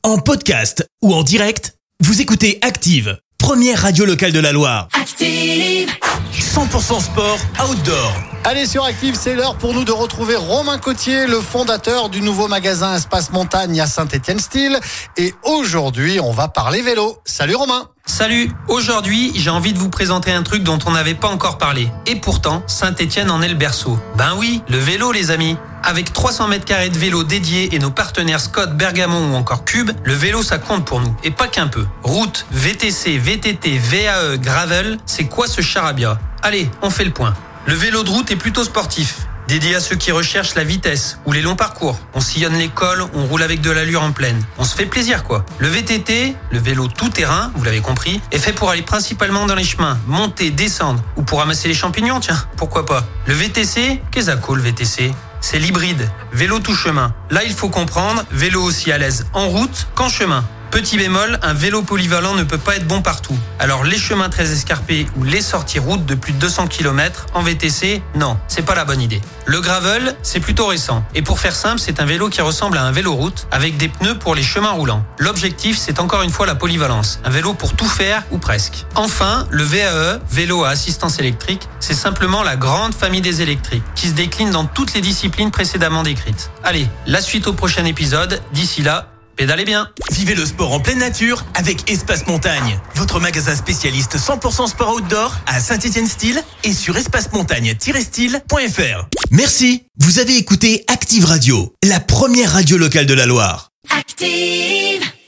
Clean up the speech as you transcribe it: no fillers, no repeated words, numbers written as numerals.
En podcast ou en direct, vous écoutez Active, première radio locale de la Loire. Active 100% sport outdoor. Allez, sur Active, c'est l'heure pour nous de retrouver Romain Cotier, le fondateur du nouveau magasin Espace Montagne à Saint-Étienne-Style. Et aujourd'hui, on va parler vélo. Salut Romain. Salut, aujourd'hui j'ai envie de vous présenter un truc dont on n'avait pas encore parlé. Et pourtant, Saint-Étienne en est le berceau. Ben oui, le vélo les amis. Avec 300 mètres carrés de vélo dédiés et nos partenaires Scott, Bergamon ou encore Cube, le vélo ça compte pour nous. Et pas qu'un peu. Route, VTC, VTT, VAE, Gravel, c'est quoi ce charabia ? Allez, on fait le point. Le vélo de route est plutôt sportif. Dédié à ceux qui recherchent la vitesse ou les longs parcours. On sillonne les cols, on roule avec de l'allure en plaine. On se fait plaisir quoi. Le VTT, le vélo tout-terrain, vous l'avez compris, est fait pour aller principalement dans les chemins, monter, descendre ou pour ramasser les champignons, tiens, pourquoi pas. Le VTC, qu'est-ce que le VTC ? C'est l'hybride, vélo tout chemin. Là, il faut comprendre, vélo aussi à l'aise en route qu'en chemin. Petit bémol, un vélo polyvalent ne peut pas être bon partout. Alors les chemins très escarpés ou les sorties routes de plus de 200 km en VTC, non, c'est pas la bonne idée. Le gravel, c'est plutôt récent. Et pour faire simple, c'est un vélo qui ressemble à un vélo route avec des pneus pour les chemins roulants. L'objectif, c'est encore une fois la polyvalence. Un vélo pour tout faire ou presque. Enfin, le VAE, vélo à assistance électrique, c'est simplement la grande famille des électriques qui se décline dans toutes les disciplines précédemment décrites. Allez, la suite au prochain épisode. D'ici là, pédalez bien. Vivez le sport en pleine nature avec Espace Montagne. Votre magasin spécialiste 100% sport outdoor à Saint-Étienne-Style et sur espacemontagne-style.fr. Merci. Vous avez écouté Active Radio, la première radio locale de la Loire. Active.